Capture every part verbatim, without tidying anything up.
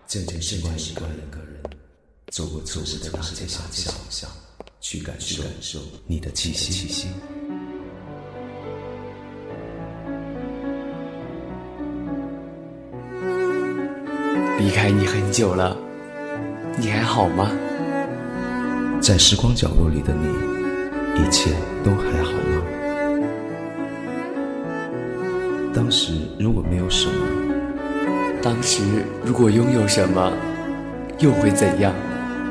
渐渐习惯一个人，走过错误的大街小巷，去感受你的气息。 离开你很久了，你还好吗？ 在时光角落里的你，一切都还好吗？当时如果没有什么， 当时如果拥有什么，又会怎样？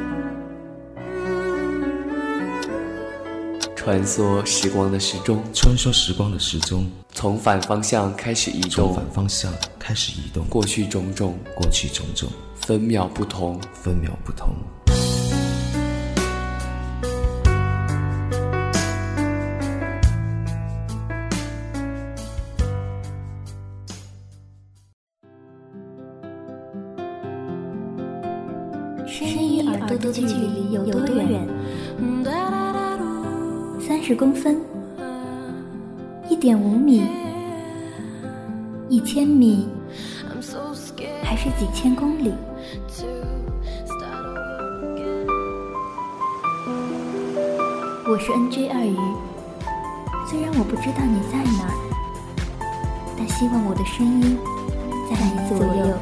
穿梭时光的时钟， 穿梭时光的时钟， 从反方向开始移动， 从反方向开始移动， 过去种种， 过去种种， 分秒不同， 分秒不同。 声音与耳朵的距离有多远？三十公分，一点五米，一千米，还是几千公里？我是 N J 二鱼，虽然我不知道你在哪儿，但希望我的声音在你左右。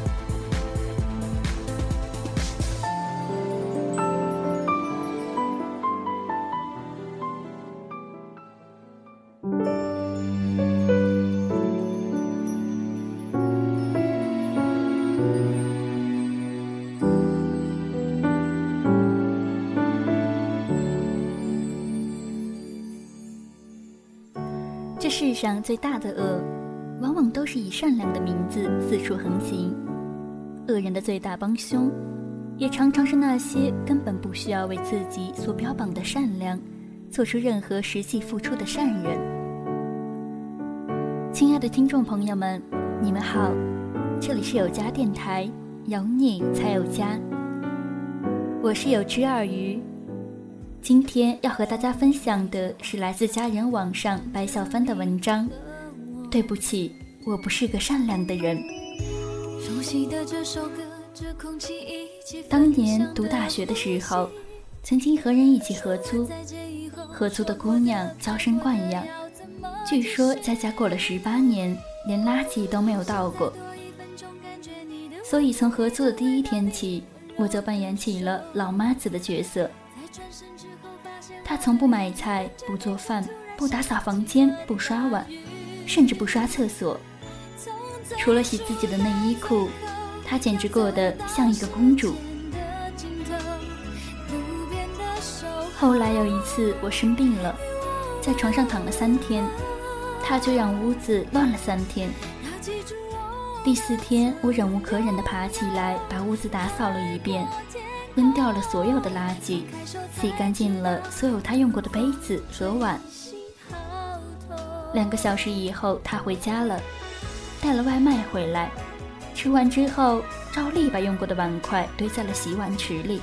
这世上最大的恶，往往都是以善良的名字四处横行。恶人的最大帮凶，也常常是那些根本不需要为自己所标榜的善良，做出任何实际付出的善人。亲爱的听众朋友们，你们好，这里是有家电台，有你才有家。我是有知二鱼。今天要和大家分享的是来自家人网上白小帆的文章，对不起，我不是个善良的人。当年读大学的时候，曾经和人一起合租，合租的姑娘娇生惯养，据说在家过了十八年，连垃圾都没有倒过。所以从合租的第一天起，我就扮演起了老妈子的角色。她从不买菜，不做饭，不打扫房间，不刷碗，甚至不刷厕所。除了洗自己的内衣裤，她简直过得像一个公主。后来有一次我生病了，在床上躺了三天，她就让屋子乱了三天。第四天我忍无可忍地爬起来，把屋子打扫了一遍，扔掉了所有的垃圾，洗干净了所有他用过的杯子和碗。两个小时以后他回家了，带了外卖回来，吃完之后照例把用过的碗筷堆在了洗碗池里。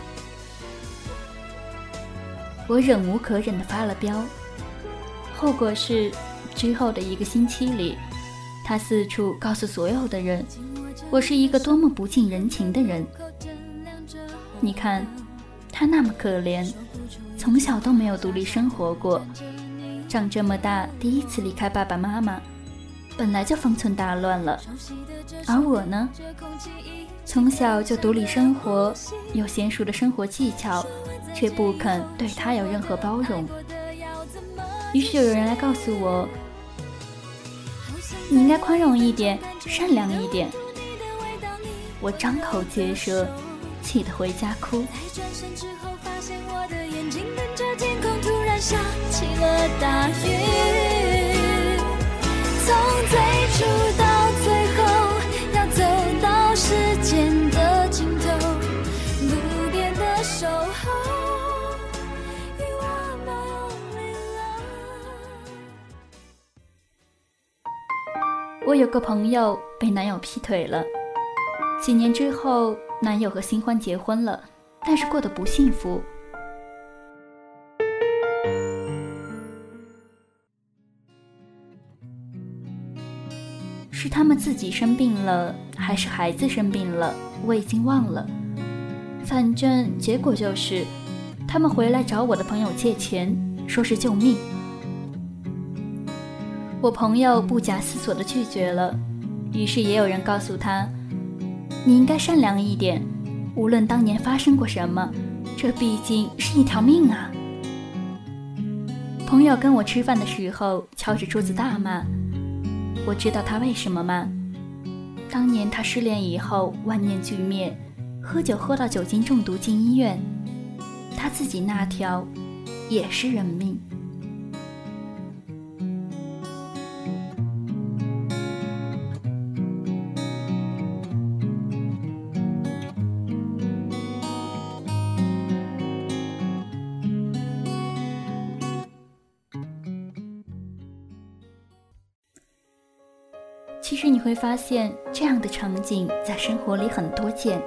我忍无可忍地发了飙，后果是之后的一个星期里，他四处告诉所有的人，我是一个多么不近人情的人。你看，他那么可怜，从小都没有独立生活过，长这么大第一次离开爸爸妈妈，本来就方寸大乱了。而我呢，从小就独立生活，有娴熟的生活技巧，却不肯对他有任何包容。于是有人来告诉我，你应该宽容一点，善良一点。我张口结舌，气得回家哭。在转身之后发现我的眼睛跟着天空突然下起了大雨，从最初到最后要走到时间的尽头，路边的守候 You are my only love。 我有个朋友被男友劈腿了，几年之后男友和新欢结婚了，但是过得不幸福。 是他们自己生病了，还是孩子生病了，我已经忘了。反正结果就是，他们回来找我的朋友借钱，说是救命。我朋友不假思索地拒绝了，于是也有人告诉他，你应该善良一点，无论当年发生过什么，这毕竟是一条命啊。朋友跟我吃饭的时候敲着桌子大骂，我知道他为什么骂。当年他失恋以后万念俱灭，喝酒喝到酒精中毒进医院，他自己那条也是人命。其实你会发现，这样的场景在生活里很多见。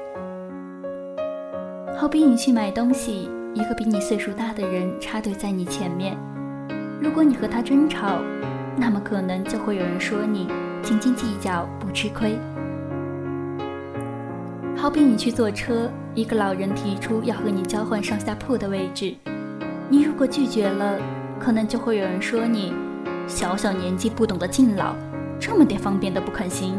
好比你去买东西，一个比你岁数大的人插队在你前面，如果你和他争吵，那么可能就会有人说你斤斤计较不吃亏。好比你去坐车，一个老人提出要和你交换上下铺的位置，你如果拒绝了，可能就会有人说你小小年纪不懂得敬老，这么点方便都不肯行。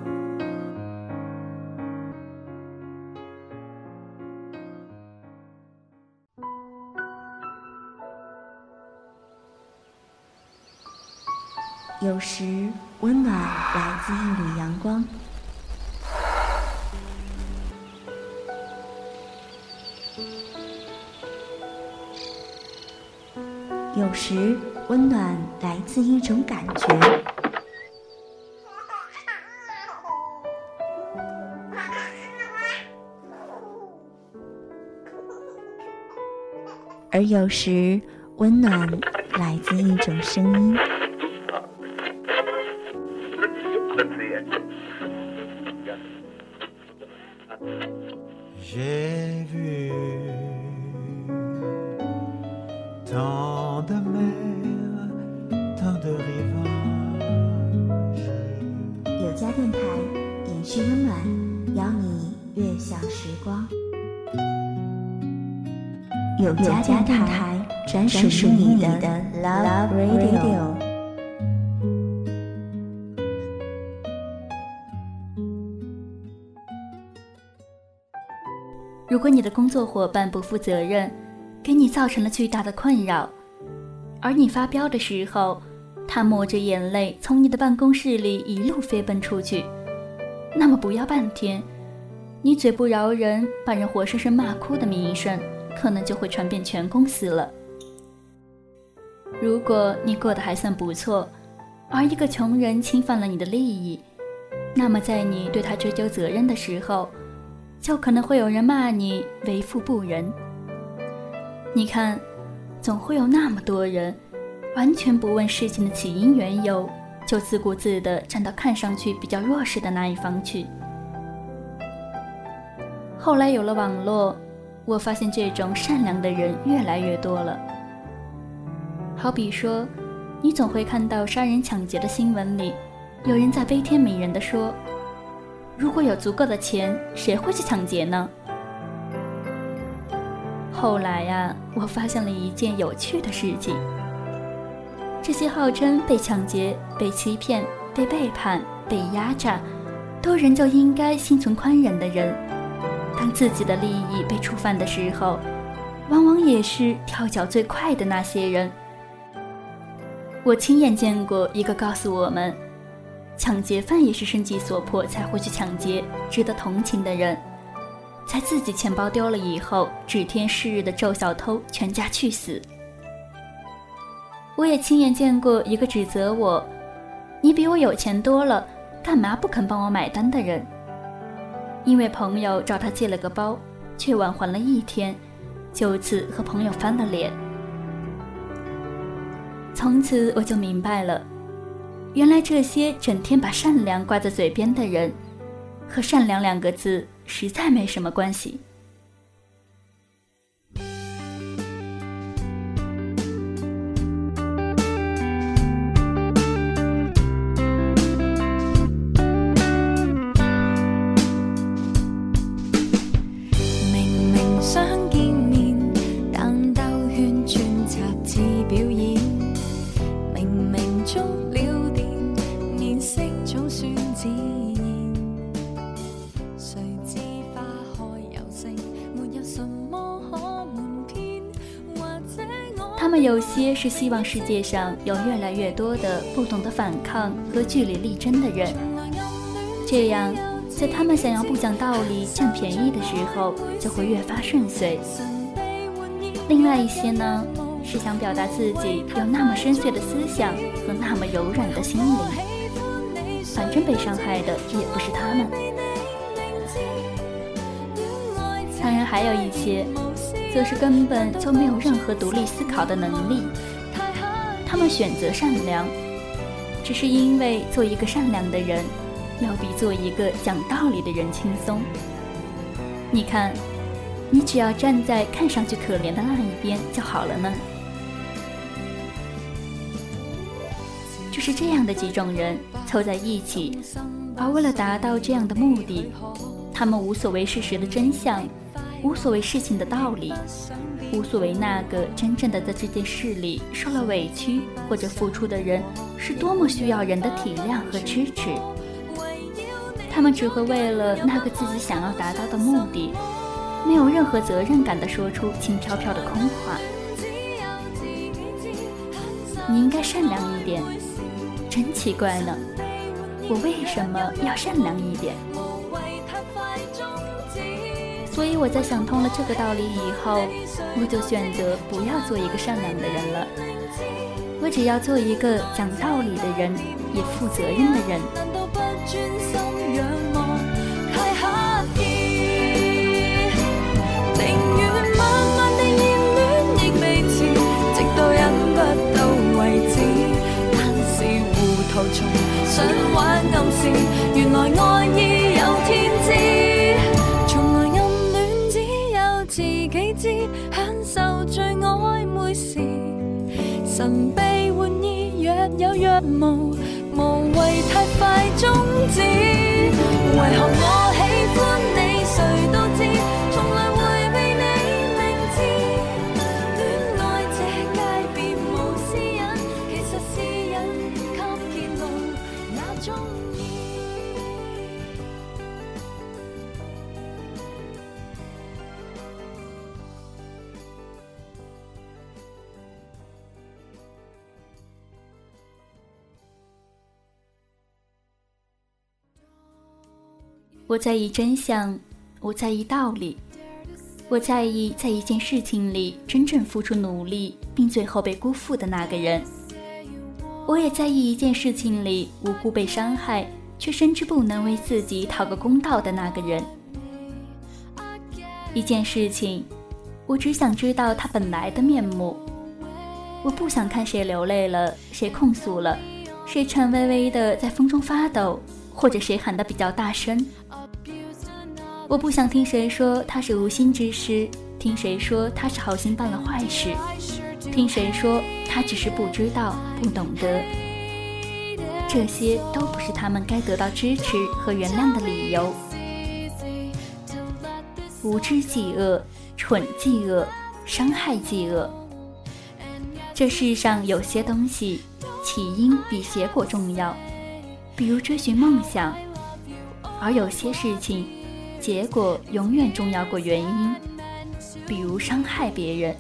有时温暖来自一缕阳光，有时温暖来自一种感觉，而有时温暖来自一种声音。 J'ai vu tant de mer, tant de rivages。 有家电台延续温暖，邀你悦享时光。有家电台专属于你的 Love Radio。 如果你的工作伙伴不负责任，给你造成了巨大的困扰，而你发飙的时候，他抹着眼泪从你的办公室里一路飞奔出去，那么不要半天，你嘴不饶人，把人活生生骂哭的名声可能就会传遍全公司了。如果你过得还算不错，而一个穷人侵犯了你的利益，那么在你对他追究责任的时候，就可能会有人骂你为富不仁。你看，总会有那么多人完全不问事情的起因缘由，就自顾自地站到看上去比较弱势的那一方去。后来有了网络，我发现这种善良的人越来越多了。好比说，你总会看到杀人抢劫的新闻里，有人在悲天悯人地说，如果有足够的钱，谁会去抢劫呢？后来呀、啊，我发现了一件有趣的事情。这些号称被抢劫、被欺骗、被背叛、被压榨，都仍旧应该心存宽仁的人，当自己的利益被触犯的时候，往往也是跳脚最快的那些人。我亲眼见过一个告诉我们，抢劫犯也是生计所迫才会去抢劫，值得同情的人，在自己钱包丢了以后，指天誓日的咒小偷全家去死。我也亲眼见过一个指责我，你比我有钱多了，干嘛不肯帮我买单的人，因为朋友找他借了个包，却晚还了一天，就此和朋友翻了脸。从此我就明白了，原来这些整天把善良挂在嘴边的人，和善良两个字实在没什么关系。 们有些是希望世界上有越来越多的不懂得反抗和据理力争的人，这样在他们想要不讲道理占便宜的时候就会越发顺遂。另外一些呢，是想表达自己有那么深邃的思想和那么柔软的心灵，反正被伤害的也不是他们。当然还有一些则是根本就没有任何独立思考的能力，他们选择善良，只是因为做一个善良的人要比做一个讲道理的人轻松。你看，你只要站在看上去可怜的那一边就好了呢。就是这样的几种人凑在一起，而为了达到这样的目的，他们无所谓事实的真相，无所谓事情的道理，无所谓那个真正的在这件事里受了委屈或者付出的人是多么需要人的体谅和支持。他们只会为了那个自己想要达到的目的，没有任何责任感地说出轻飘飘的空话。你应该善良一点，真奇怪呢，我为什么要善良一点？所以我在想通了这个道理以后，我就选择不要做一个善良的人了，我只要做一个讲道理的人，也负责任的人。 想玩暗示，原來愛意有天知，從來暗戀只有自己知，享受最曖昧時，神秘玩意若有若無，無謂太快終止。為何我喜歡你，誰都知，從來迴避你明知，戀愛這界別無私隱，其實是隱給揭露也中意。 我在意真相，我在意道理，我在意在一件事情里真正付出努力并最后被辜负的那个人，我也在意一件事情里无辜被伤害却深知不能为自己讨个公道的那个人。一件事情，我只想知道它本来的面目，我不想看谁流泪了，谁控诉了，谁颤巍巍地在风中发抖，或者谁喊得比较大声。我不想听谁说他是无心之失，听谁说他是好心办了坏事，听谁说他只是不知道不懂得，这些都不是他们该得到支持和原谅的理由。无知即恶，蠢即恶，伤害即恶。这世上有些东西起因比结果重要，比如追寻梦想，而有些事情结果永远重要过原因，比如伤害别人。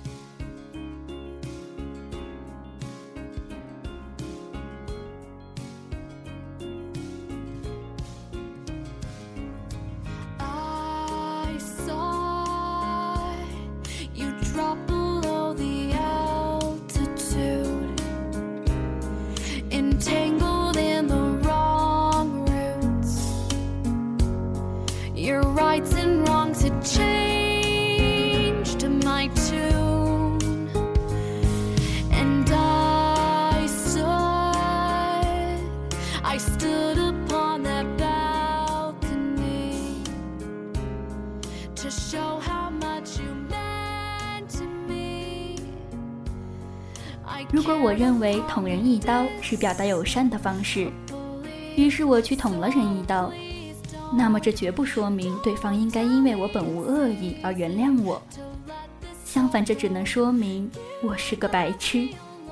如果我认为捅人一刀是表达友善的方式，于是我去捅了人一刀，那么这绝不说明对方应该因为我本无恶意而原谅我，相反，这只能说明我是个白痴。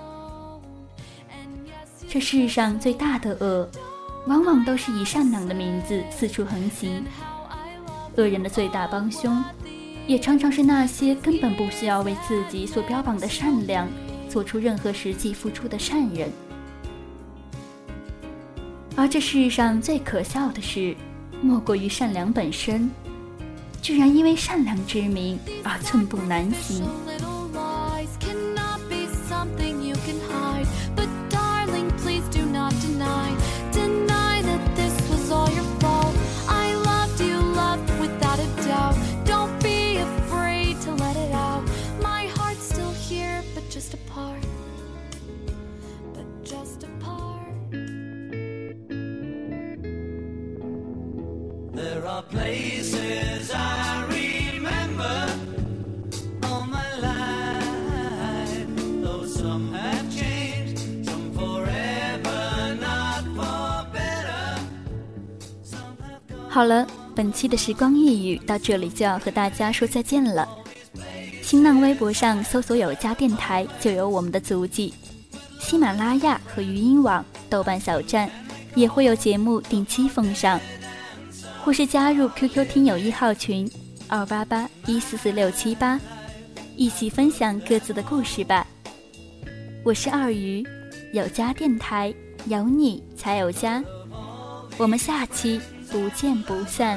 这世上最大的恶，往往都是以善良的名字四处横行，恶人的最大帮凶，也常常是那些根本不需要为自己所标榜的善良做出任何实际付出的善人。而这世上最可笑的事，莫过于善良本身，居然因为善良之名而寸步难行。 There are places I remember all my life, though some have changed, some forever, not for better, some have gone. 好了，本期的时光一语到这里就要和大家说再见了。新浪微博上搜索有家电台就有我们的足迹，喜马拉雅和语音网、豆瓣小站也会有节目定期奉上。或是加入 Q Q 听友一号群二八八一四四六七八，一起分享各自的故事吧。我是二鱼，有家电台，有你才有家。我们下期不见不散。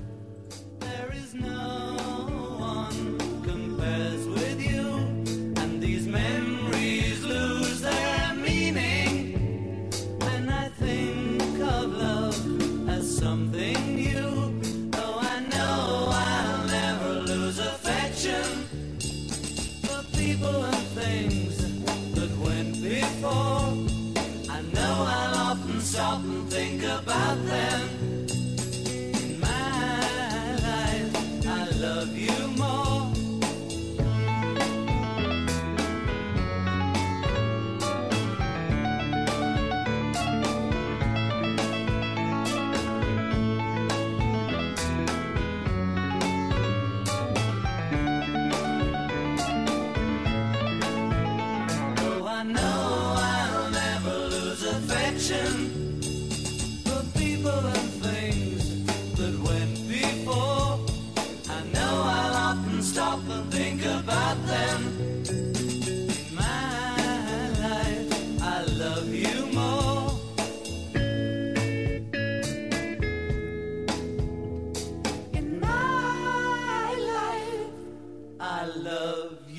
Stop and think about them. In my life, I love you more. Though I know I'll never lose affection for people and things that went before. I know I'll often stop and think about them. In my life, I love you more. In my life, I love you.